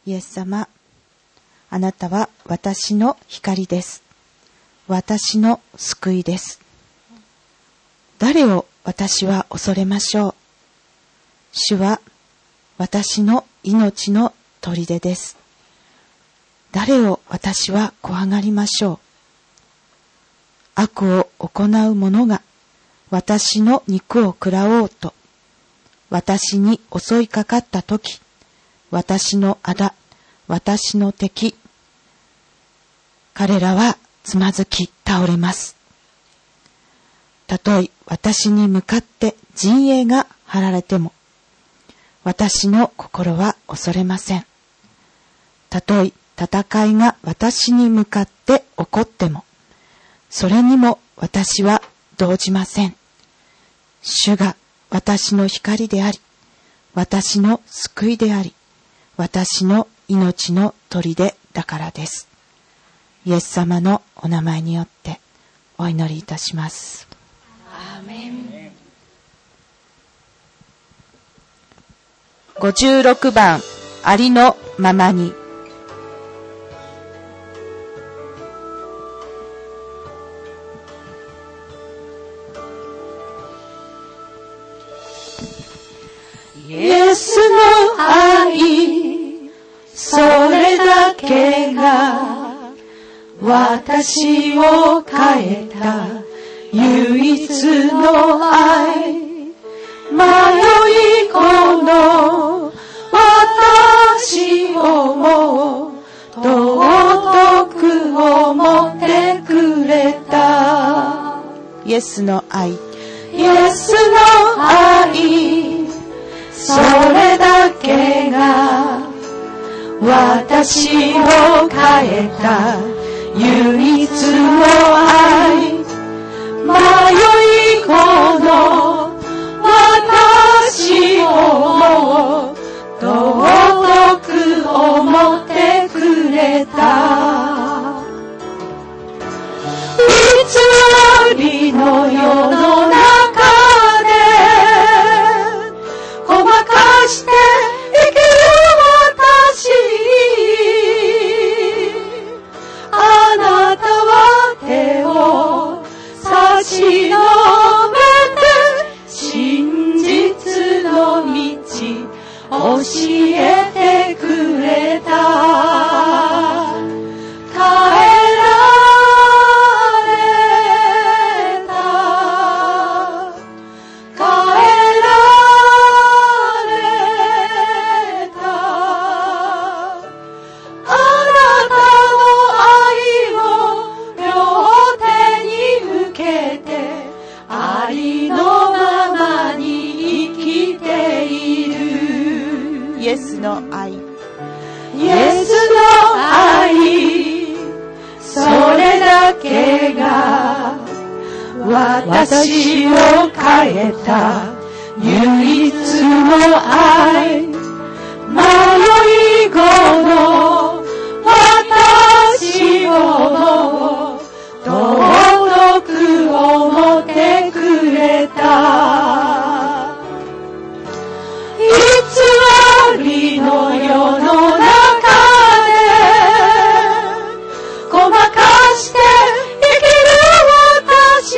イエス様、あなたは私の光です。私の救いです。誰を私は恐れましょう。主は私の命の砦です。誰を私は怖がりましょう。悪を行う者が私の肉を食らおうと、私に襲いかかったとき、私の仇、私の敵、彼らはつまずき倒れます。たとえ私に向かって陣営が張られても、私の心は恐れません。たとえ戦いが私に向かって起こっても、それにも私は動じません。主が私の光であり、私の救いであり、私の命の砦だからです。イエス様のお名前によってお祈りいたします。アーメン。56番、ありのままに。 イエスの愛、それだけが私を変えた唯一の愛。迷い込の私をも尊く思ってくれた。 イエスの愛、 イエスの愛、それだけが私を変えた唯一の愛。迷い込の私をも尊く思ってくれた。偽りの世の中でごまかして生きる私に、あなたは手を差し伸べて真実の道教えてくれた。変えられた、変えられた。あなたの愛を両手に受けて、ありのままに生きている。 イエスの愛、 イエスの愛、それだけが私を変えた唯一の愛。迷い子の私をも尊く思ってくれた。偽りの世の中でごまかして生きる私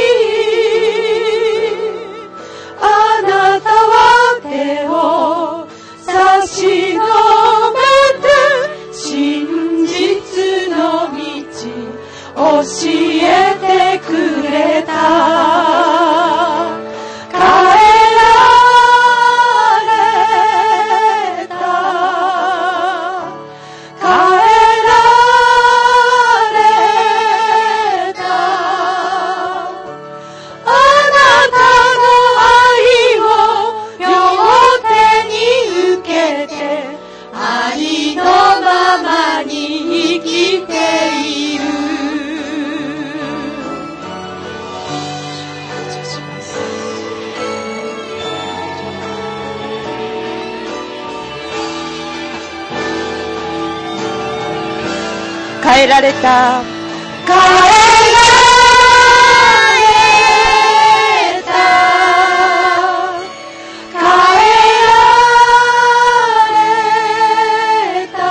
に、あなたは手を差し伸べて真実の道教えてくれた。変えられた、変えられた。あなたの愛を両手に受けて、ありのままに生きている。 変えられた、 変えられた、変えられた。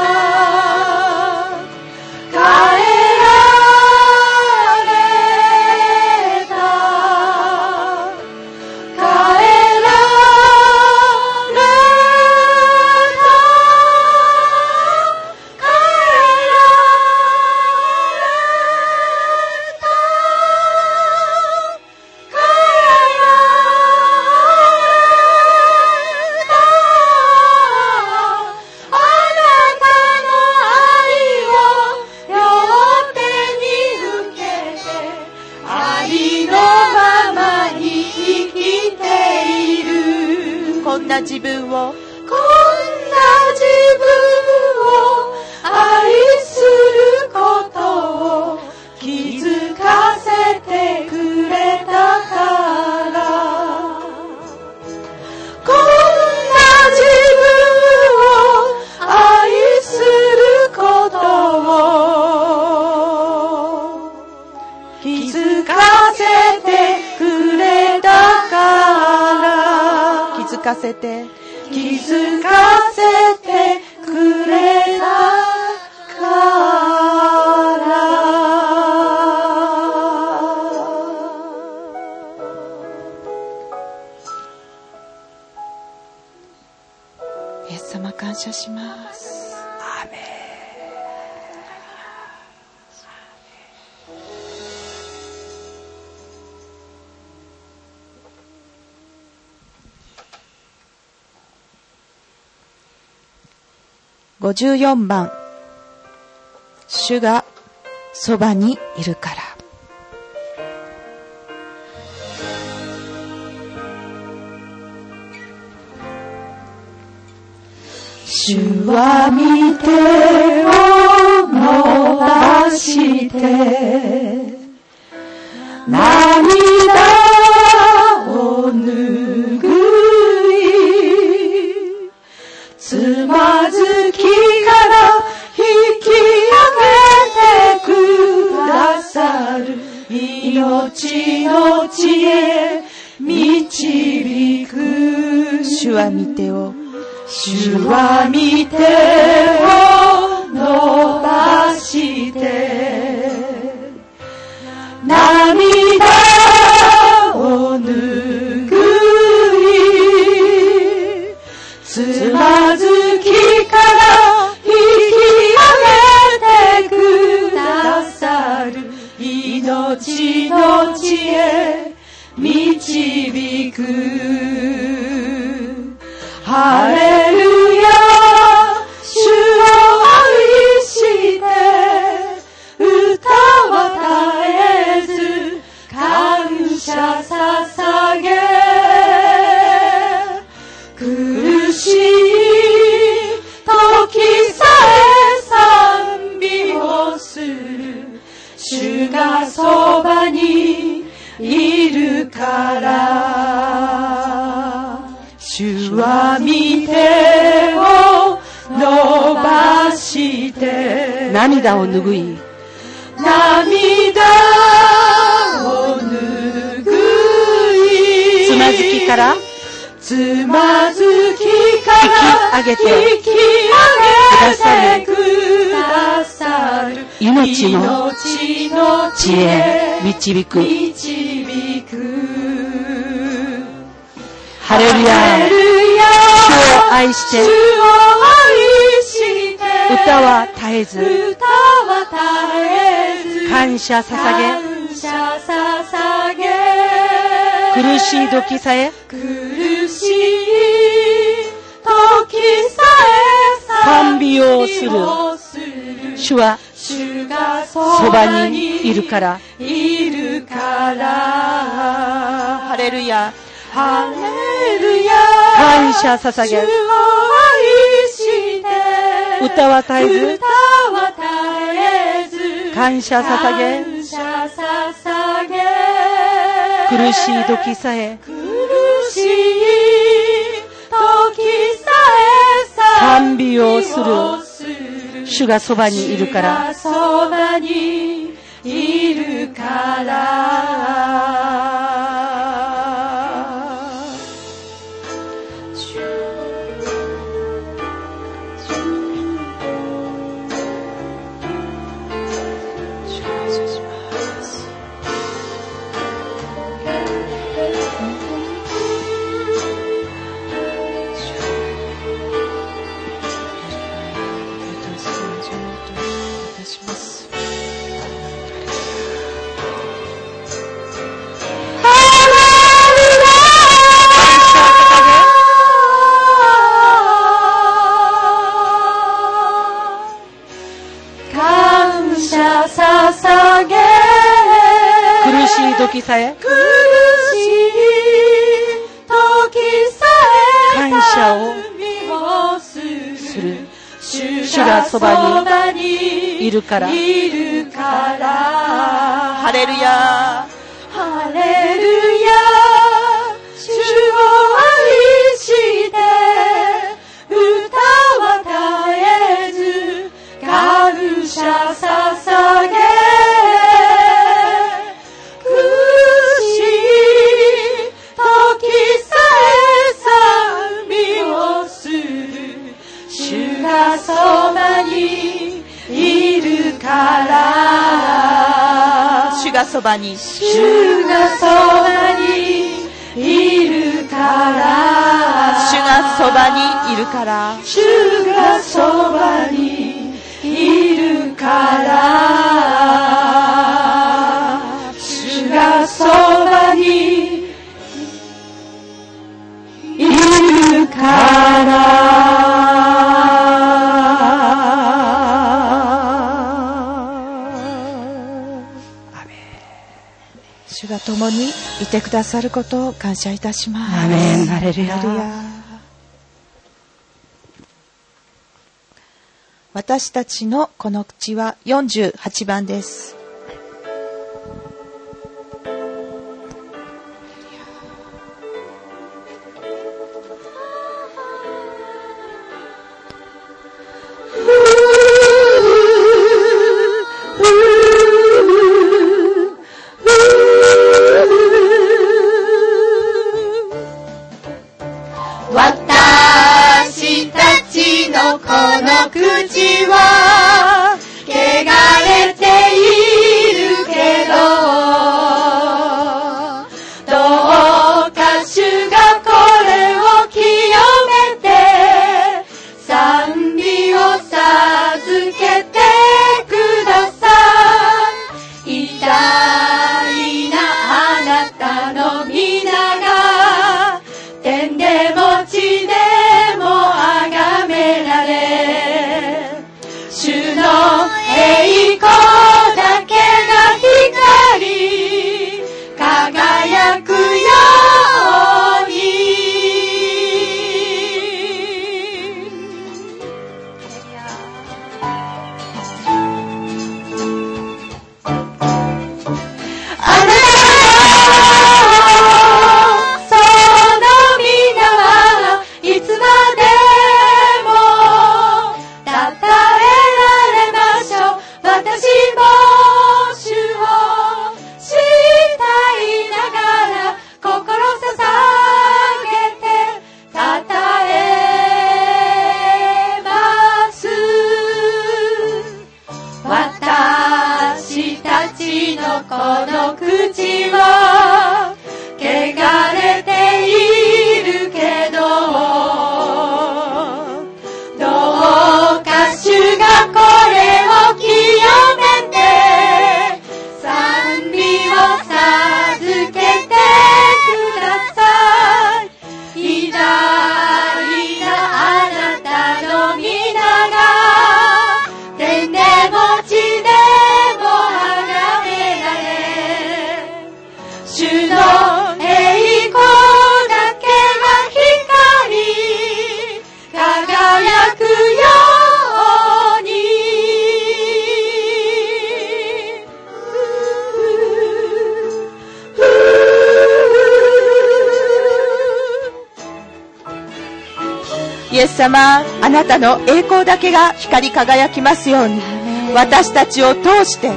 せて気づかせてくれたからイエス様感謝します。 アーメン。 54番、主がそばにいるから。 主は御手を伸ばして涙を拭い、つまずきから引き上げてくださる、命の地へ導く。 主は御手を主は御手を伸ばして涙を拭い、つまずきから引き上げてくださる、命の地へ導く。ハレルヤ、主を愛して歌は絶えず感謝捧げ、苦しい時さえ賛美をする、主がそばにいるから。主は御手を伸ばして涙を拭い、 涙を拭い、 つまずきからつまずきから引き上げてくださる、 命の地へ導く。ハレルヤ、主を愛して歌は絶えず感謝捧げ、苦しい時さえ賛美をする、主はそばにいるから。ハレルヤ、 ハレルヤ、 感謝捧げ、歌は絶えず感謝捧げ、苦しい時さえ賛美をする、主がそばにいるから。苦しい時さえ感謝をする、主がそばにいるから。ハレルヤ、 ハレルヤ、主を愛して歌は絶えず感謝捧げ、苦しい時さえ賛がそばにいるから主がそばに主がそばにいるから主がそばにいるから主がそばにいるから主がそばにいるから主が共にいてくださることを感謝いたします。 アメン。ハレルヤ。 私たちのこの口は48番です。 私たちのこの口は汚れているけどどうか主がこれを清めて賛美を授けてください。偉大なあなたの皆が天でも地でも崇められ主の栄光だけが光輝くようにあなたいつまでも称えられましょう。私も主を慕いながら心捧げて称えます。私たちのこの口は汚れているけどどうか主がこれを清めて賛美を授けてください。偉大なあなたの皆が天でも地でも崇められ主の栄光だけが光輝くようにイエス様、あなたの栄光だけが光り輝きますように、私たちを通して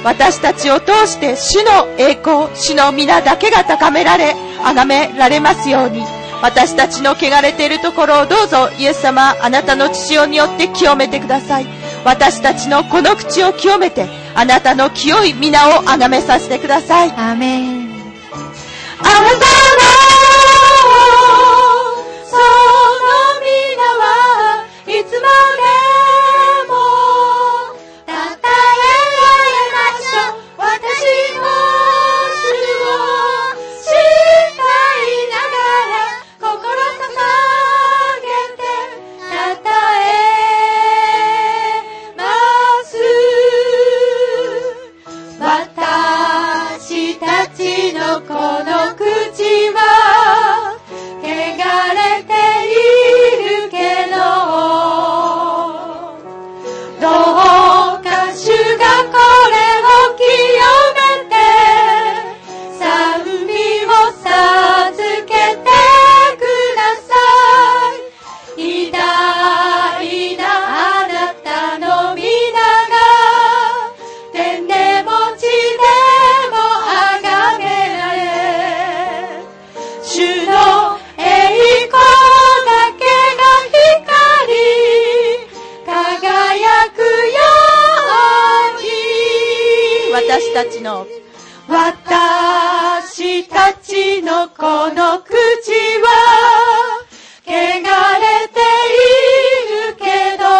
主の栄光、主の皆だけが高められ、崇められますように、私たちの汚れているところをどうぞイエス様、あなたの血潮によって清めてください。私たちのこの口を清めて、あなたの清い皆を崇めさせてください。 アメン。あなたのその皆はいつまでも称えられましょう。私も主を慕いながら心捧げて称えます。私たちのこの口は汚れているけどどうか主がこれを清めて賛美を授けてください。偉大なあなたの皆が天でも地でも崇められ主の栄光だけが光私たちのこの口は汚れているけど、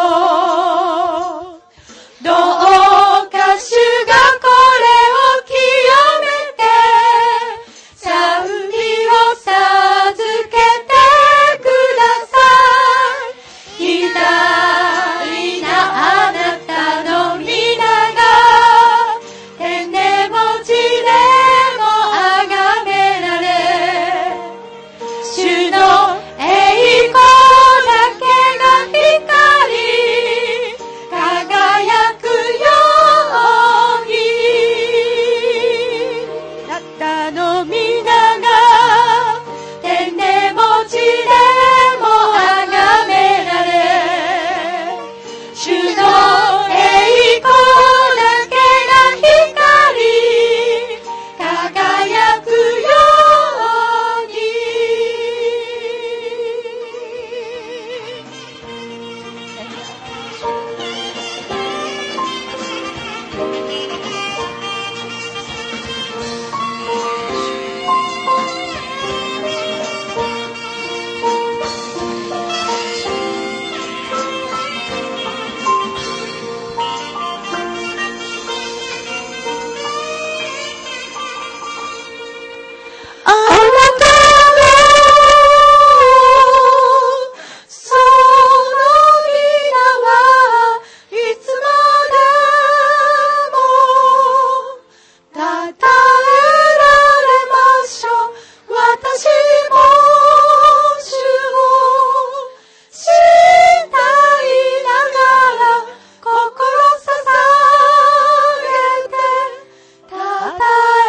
どうか主がこれを清めて、賛美を授けてください。偉大なあなたの皆が天でも地でも崇められ、主の栄光だけが光り輝くように、あなたの皆が天でも地でも崇められ、主の栄光だけが光り輝くように。あなたのその皆はいつまでもたたえられましょう。私も主を慕いながら心捧げてたた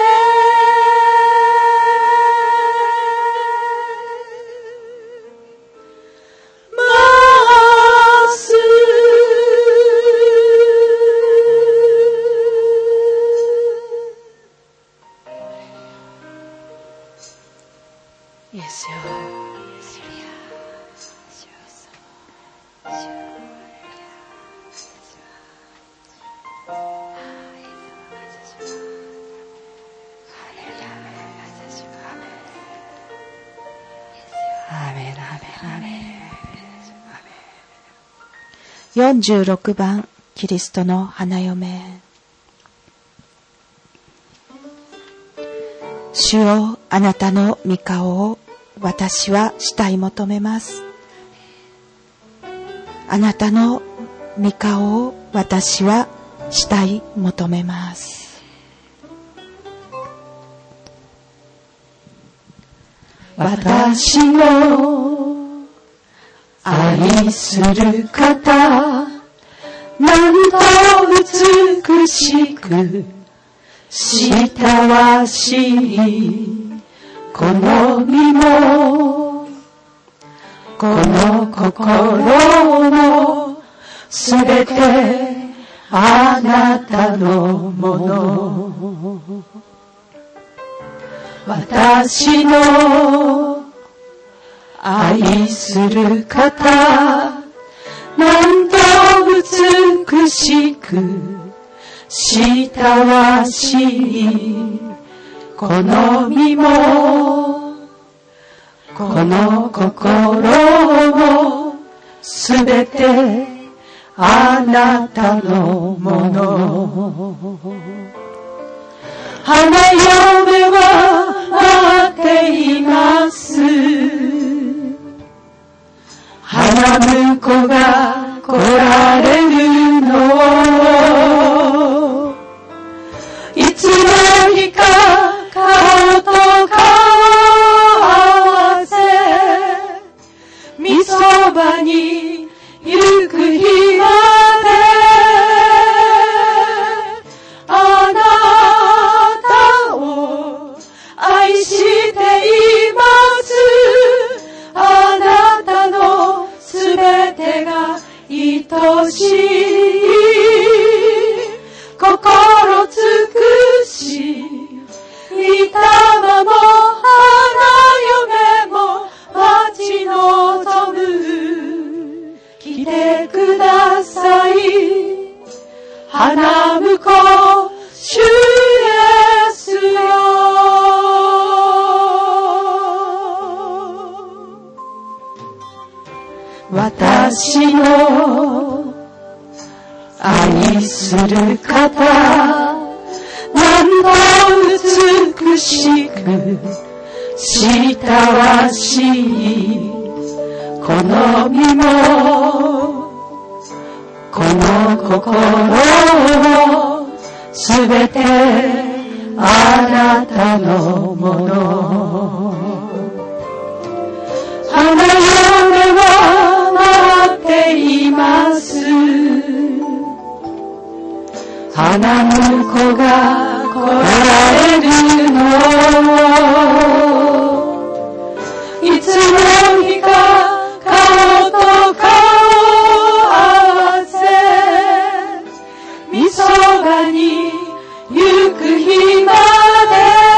イエスよ、46番キリストの花嫁。主よ、あなたの御顔を私は慕い求めます。あなたの御顔を私は慕い求めます。私の愛する方、なんと美しく親しいこの身も、この心もすべてあなたのもの。私の愛する方、なんと美しく親しいこの身も、この心もすべてあなたのもの。花嫁は待っています。花婿が来られるの、いつの日か顔と顔合わせ、御そばに行く日まで、あなたを愛しています。あなたのすべてが愛しい、心尽くし、御霊も花嫁も待ち望む。来てください、花婿主私の愛する方、なんと美しく親しいこの身もこの心をすべてあなたのもの。花嫁は待っています。花婿が来られるの。いつの日か顔と顔合わせ、みそがに行く日まで、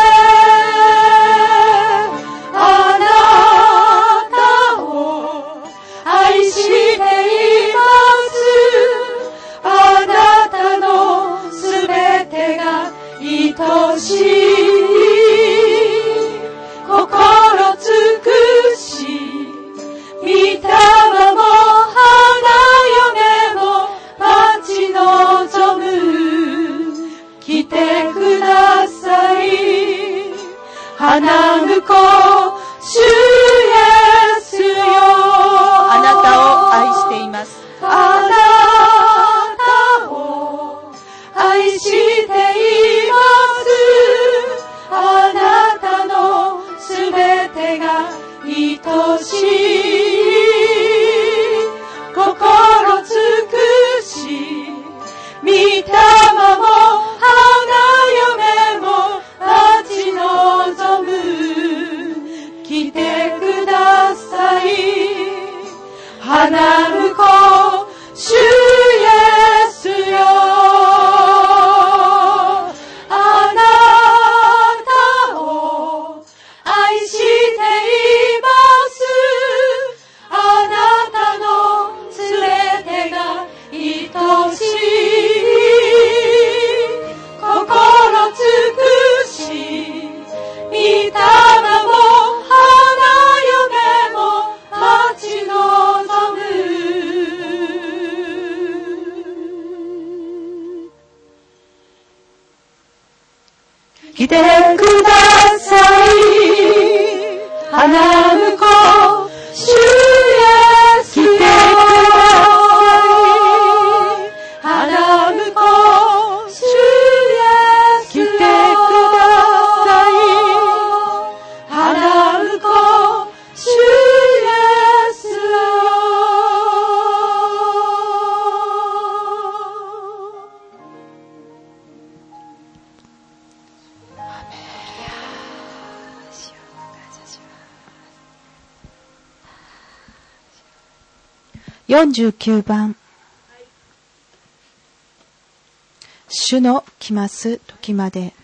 あなたを愛しています。あなたのすべてが愛しい。心尽くし、御霊も花嫁も待ち望む。来てください。花婿、主イエスよ。 あなたを愛しています。 あなたを愛しています。あなたのすべてが愛しい。心尽くし、御霊も花嫁も待ち望む。来てください。花婿、主イエスよ。あなたを愛しています。あなたのすべてが愛しい。心尽くし、御霊も花嫁も待ち望む。来てください。花婿、主イエスよ。来てください。花婿、主イエスよ。来てください。花婿、主イエスよ。 49番。主の来ます時まで。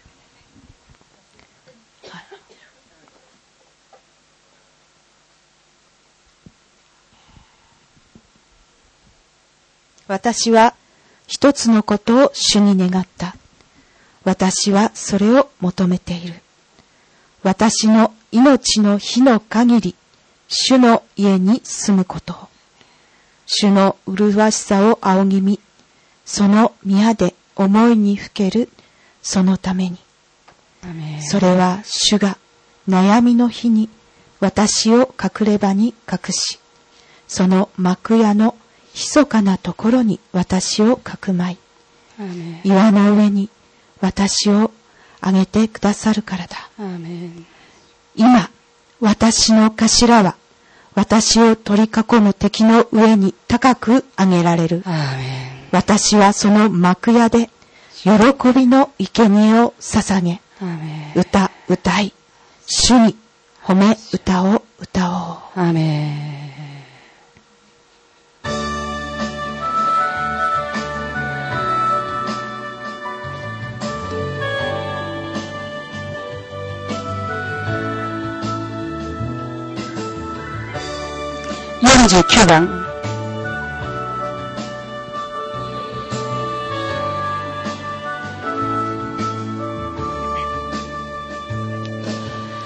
私は一つのことを主に願った。私はそれを求めている。私の命の日の限り、主の家に住むことを。主の麗しさを仰ぎ見、その宮で思いにふける、そのために。それは主が悩みの日に私を隠れ場に隠し、その幕屋の密かなところに私をかくまい、岩の上に私を上げてくださるからだ。今、私の頭は私を取り囲む敵の上に高く上げられる。私はその幕屋で喜びの生贄を捧げ、歌い、主に褒め歌を歌おう。アーメン。49番。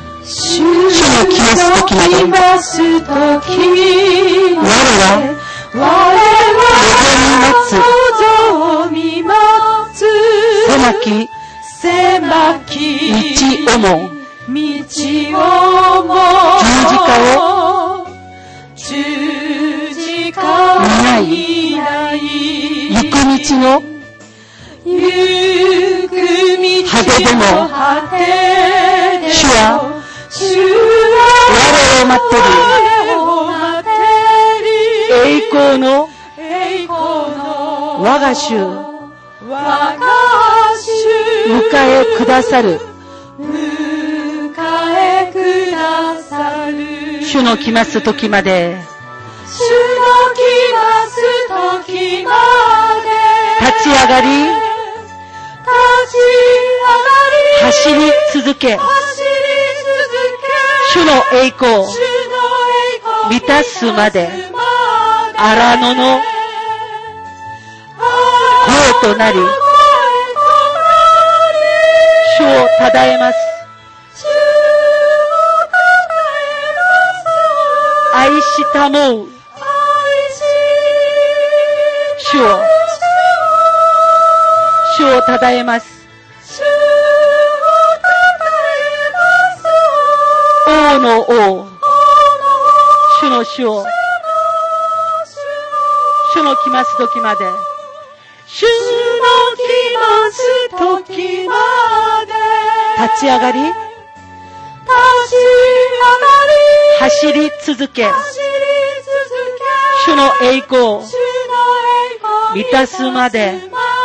主の来ます時まで、我は我は望み待つ狭き狭き道をも道をも十字架を見ない行く道の行く道の果てでも主は我を待ってる。栄光の我が主迎えくださる。主の来ます時まで立ち上がり走り続け、主の栄光満たすまで荒野の声となり、主をたたえます。愛したもう主をたたえます。王の王、主の主を、主の来ます時まで、主の来ます時まで、立ち上がり走り続け、主の栄光満たすまで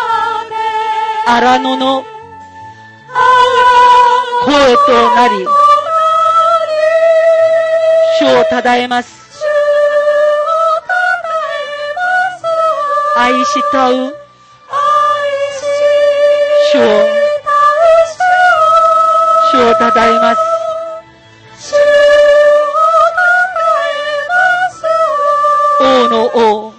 荒野の声となり、主をたたえます。愛したう主をたたえます。王の王、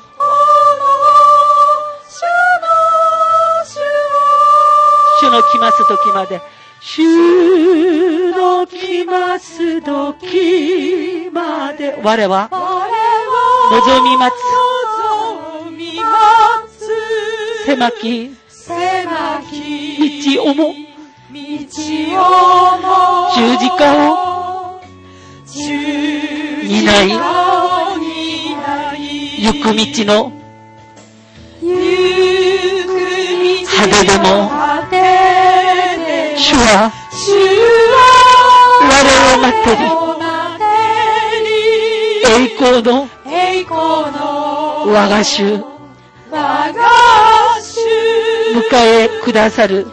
主の来ます時まで、主の来ます時まで、我は望み待つ。狭き道をも十字架を担い、行く道の果てでも主は我を待ってり、栄光の我が主迎えくださる。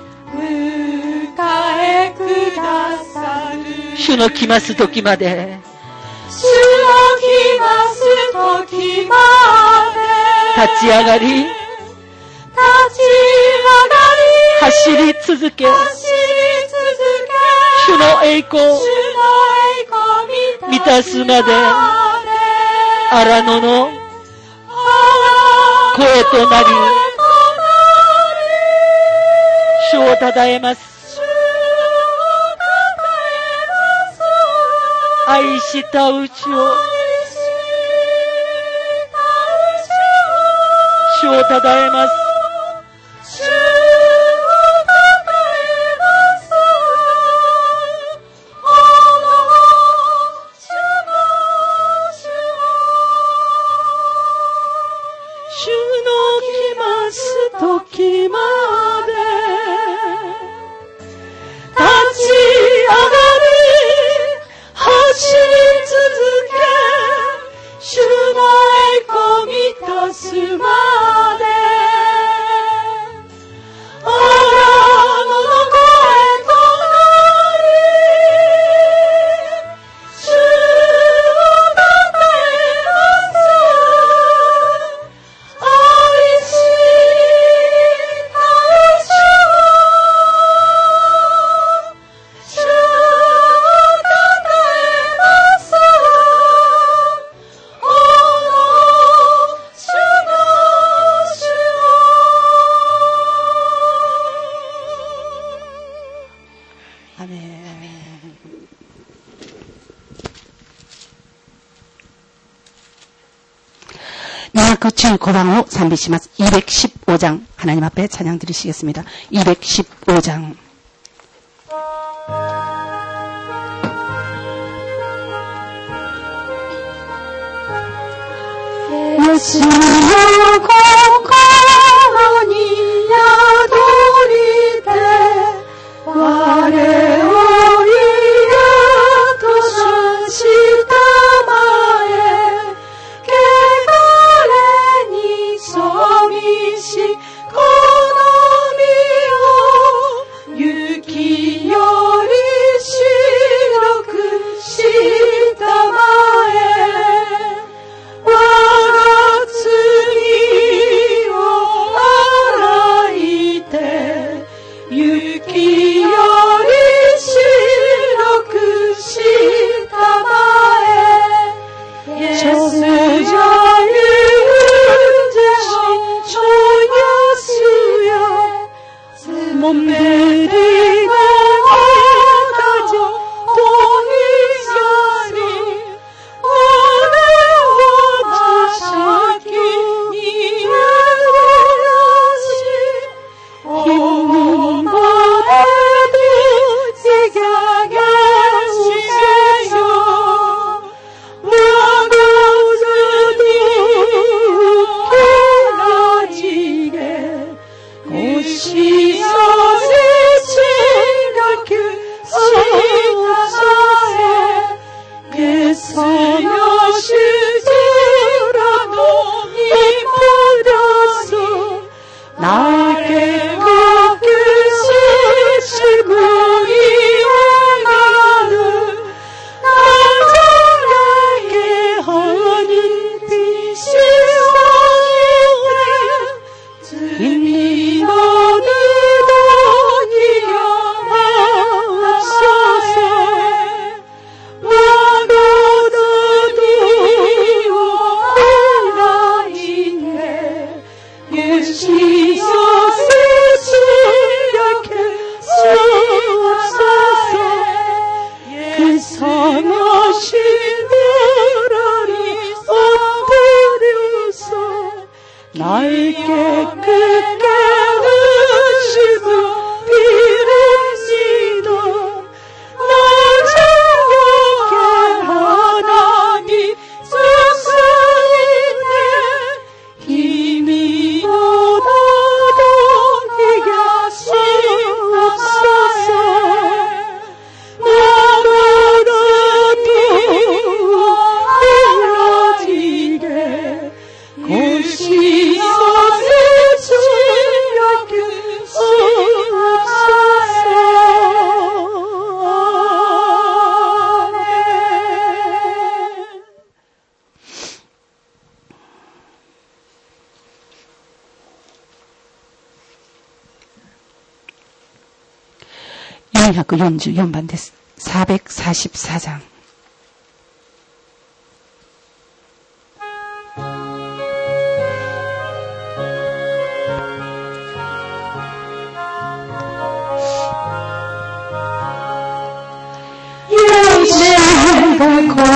主の来ます時まで立ち上がり走り続け、主の栄光満たすまで荒野の声となり、主をたたえます。愛したう主をたたえます。主の来ます時まで立ち上がり走り続け、主の栄光満たすまで荒野の声となり、主をたたえます。愛した 115방 を賛美します. 215장 하나님 앞에 찬양 드리시겠습니다. 215장. 예수여心に宿りて我を家とさしたまえ汚れに染みしこの身を雪より白くしたまえ我が罪を洗いて雪より白くしたまえ예수여 유죄시 초예수여 몸매리가 가져 도희사리 어려워 자샤기 니에라시 오는 바에도 지가게 주세요 나에게 맡기신 지구이 와가는 나에게 하는 빛이 사이네 주님 너는 어디야 나옵소서 와가다도 오라이네 예수여 그 선하신 나라를 엎드려서 날 깨끗게 하시고 비례시다 날 정욕게 하나님 속삭이네 힘이 얻어도 이겨 시옵소서 444번です. 444장. 예수가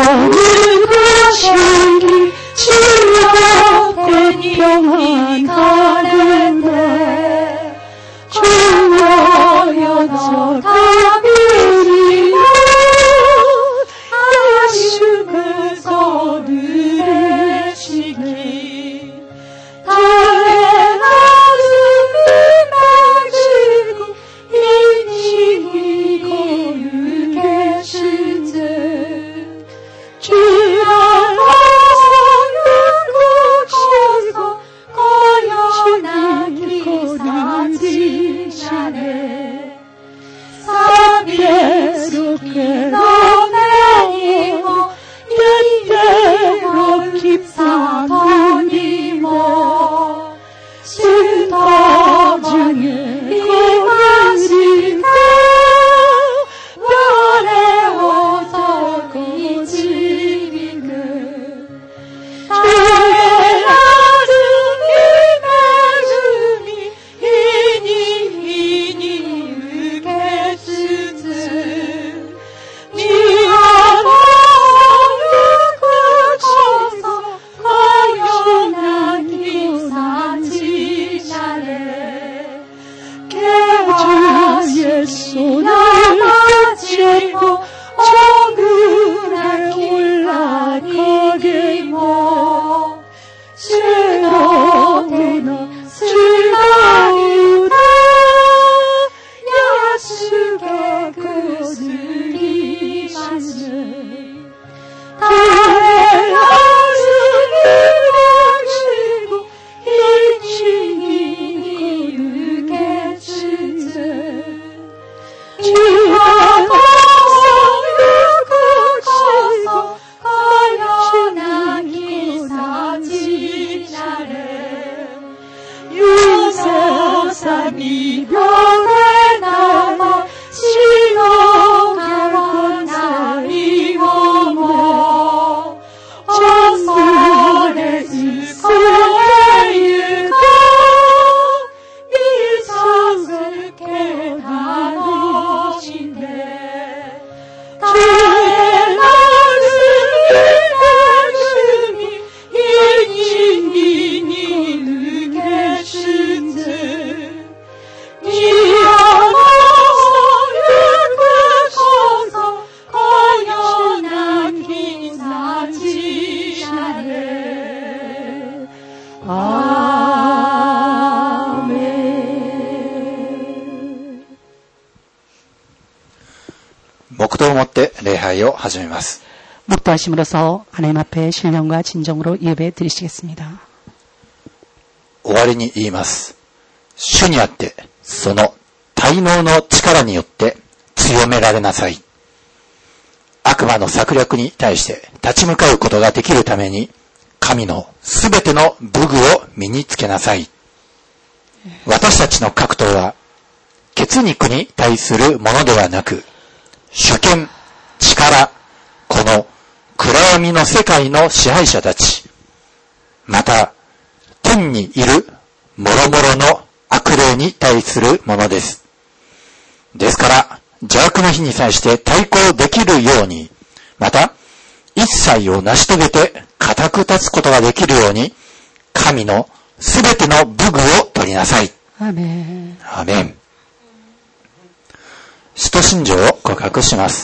거룩하시니 주의 평안 가는데 주여 너답이리라 예수께서 들으시니 나의 가슴이 맺히고 인심이 거룩해 시제 주여 고치고 거연하게 거느리시네 예수께 너네이고 연대로 깊사더니모 신터 중에 이마시가 별에 어서 고집이네 주의 아름이 맺음이 이니 으게스즈 니와 너를 고쳐서 거연한 즐거우다 약속의 거스리시네 달의 하늘을 가지고 일찍이 이르게 주세 주가 동성을 고쳐서 거연한 기사 지나래 유세산 이별의 나라 신호가 날이 오네 전설의 스승의 유가 미성을 깨달으시네 주의 말씀을 주니 일찍이 이르게 주세 니아노를 거쳐서 거연한 기사 지나래 아멘 黙祷をもって礼拝を始めます。 묵도하심으로써 하나님 앞에 신령과 진정으로 예배 드리시겠습니다. 終わりに言います。主にあって、その大能の力によって強められなさい。悪魔の策略に対して立ち向かうことができるために、神のすべての武具を身につけなさい。私たちの格闘は、血肉に対するものではなく、主権、力、この暗闇の世界の支配者たち、また、天にいる諸々の悪霊に対するものです。ですから、邪悪の日に際して対抗できるように、また、一切を成し遂げて固く立つことができるように、神のすべての武具を取りなさい。 アーメン。 アーメン。使徒信条を告白します。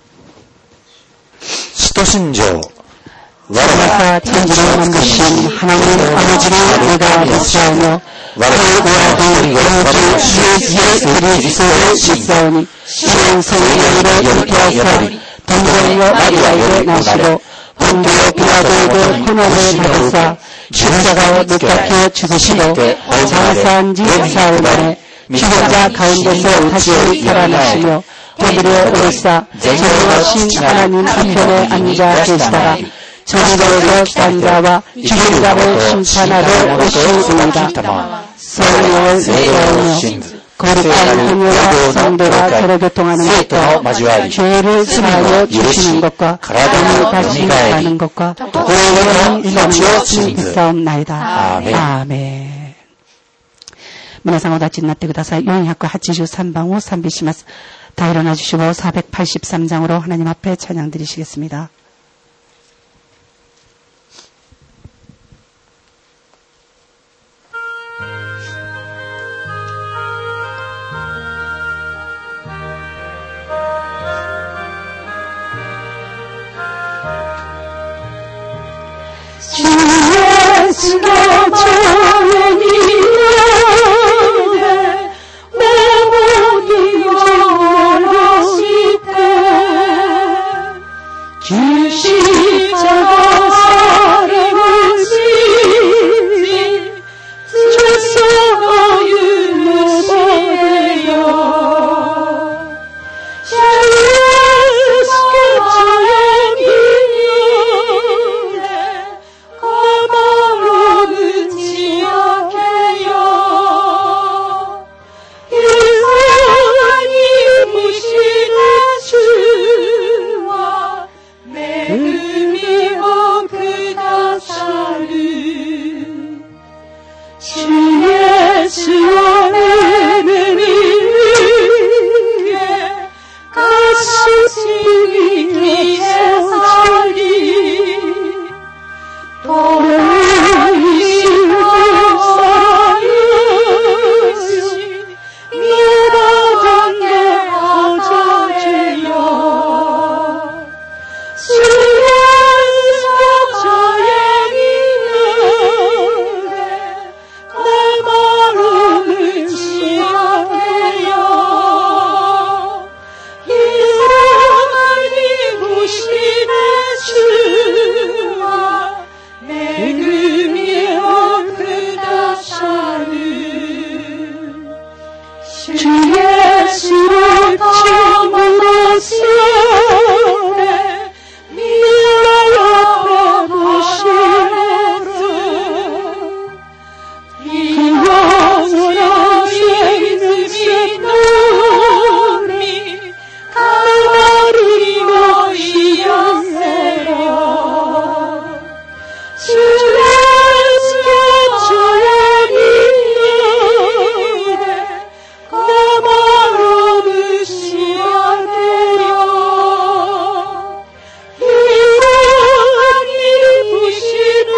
使徒信条。 나라가 천지를 만드신 하나님 아버지를 내가 믿사오며 그와도 아버지 예수 그리스도를 믿사오니 이는 성령으로 잉태하사 동정녀 마리아에게 나시고 본디오 빌라도에게 고난을 받으사 십자가에 못 박혀 죽으시고 장사한 지 사흘 만에 죽은 자 가운데서 다시 살아나시며 하늘에 오르사 전능하신 하나님 한편에 앉아 계시다가 천국에서 산 자와 죽은 자를 심판하러 오시리이다. 성령을 믿사오며 거룩한 공예와 성도가 서로 교통하는 것과 죄를 사하여 주시는 것과 몸을 다시 가는 것과 영원한 생명을 믿사옵나이다. 아멘. 皆さんお立ちになってください。483番を賛美します。다 일어나 주시고 483장으로 하나님 앞에 찬양 드리시겠습니다. 예수가 저의 이름에 모든 영원하시되 주 십자가 사랑을 지지 주소가 윤호되어 예수께 저의 주 예수를 담아서네 미라 옆에 보시네 영원하게 믿음이 눈이 가버리고 이어세라 주의 저의 일에 고마워 무시하게요 이상이 부시는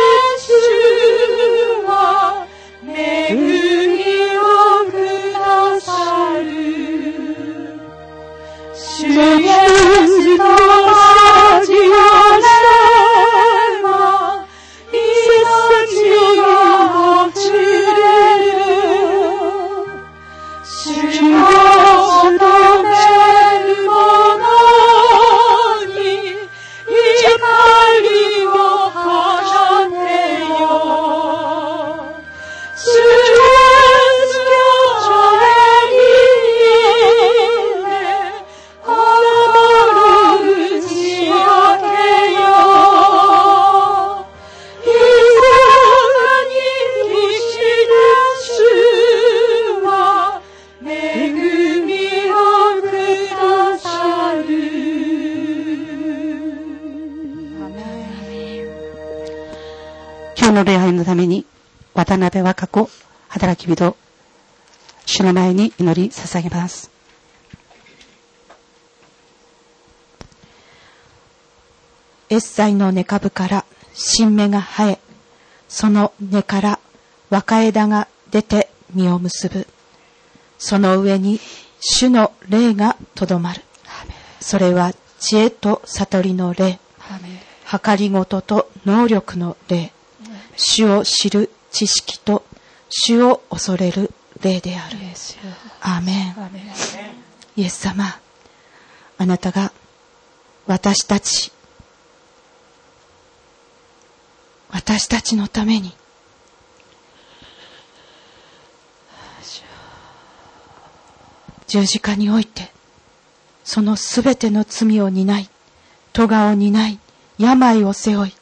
주와 매그리워 그다사르 주의 스타지 않을마 이 세상지가 없지래요 주께서도 멜모나니 이갈리워 하셨네요 今日の礼拝のために渡辺和歌子働き人主の前に祈り捧げます。 エッサイの根株から新芽が生え、その根から若枝が出て実を結ぶ。その上に主の霊がとどまる。それは知恵と悟りの霊、計りごとと能力の霊、主を知る知識と主を恐れる霊である。アーメン。イエス様、あなたが私たちのために十字架においてそのすべての罪を担い、咎を担い、病を背負い、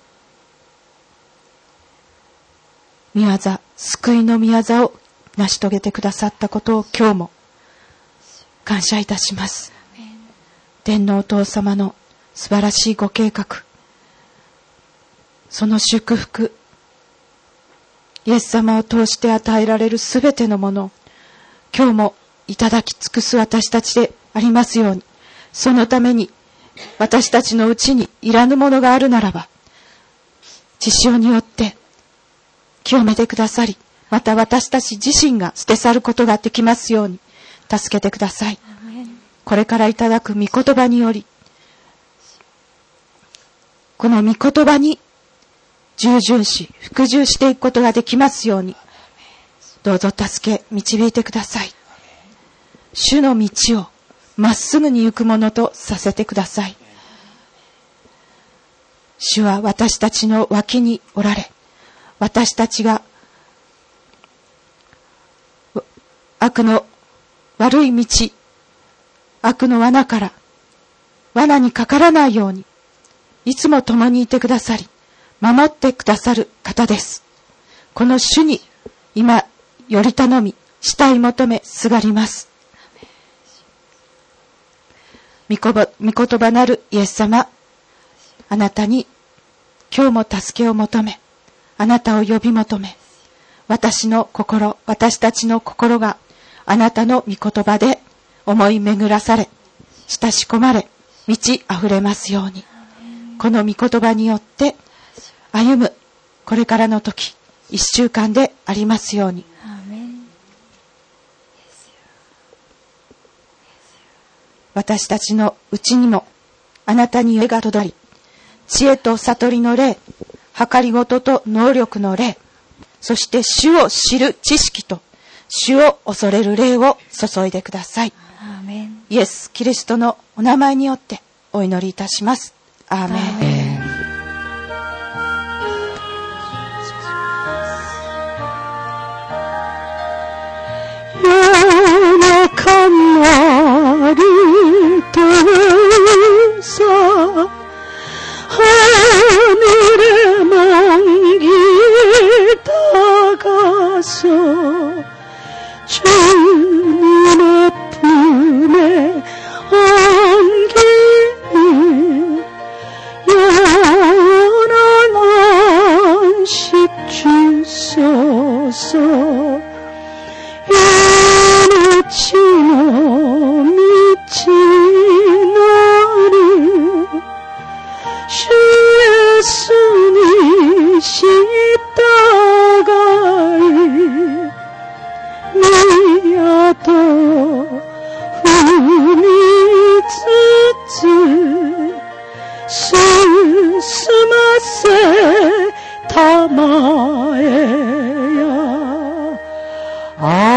御業、救いの御業を成し遂げてくださったことを今日も感謝いたします。天のお父様の素晴らしいご計画、その祝福、イエス様を通して与えられるすべてのものを今日もいただき尽くす私たちでありますように、そのために私たちのうちにいらぬものがあるならば、血潮によって清めてくださり、また私たち自身が捨て去ることができますように助けてください。これからいただく御言葉により、この御言葉に従順し服従していくことができますように、どうぞ助け導いてください。主の道をまっすぐに行くものとさせてください。主は私たちの脇におられ、私たちが悪の悪い道、悪の罠から罠にかからないようにいつも共にいてくださり、守ってくださる方です。この主に今より頼み、慕い求めすがります。御言葉なるイエス様、あなたに今日も助けを求め、あなたを呼び求め、私たちの心があなたの御言葉で思い巡らされ、親し込まれ、満ち溢れますように、この御言葉によって歩むこれからの時、1週間でありますように。私たちのうちにもあなたに霊が届り、知恵と悟りの霊、計りごとと能力の霊、そして主を知る知識と主を恐れる霊を注いでください。 アーメン。 イエス・キリストのお名前によってお祈りいたします。アーメン。 世の 주님의 품에 안기는 영원한 안식 주소서. 미치노 미치노를 주 예수님 십자가에 미야도 후미츠츠 스스마세 타마에야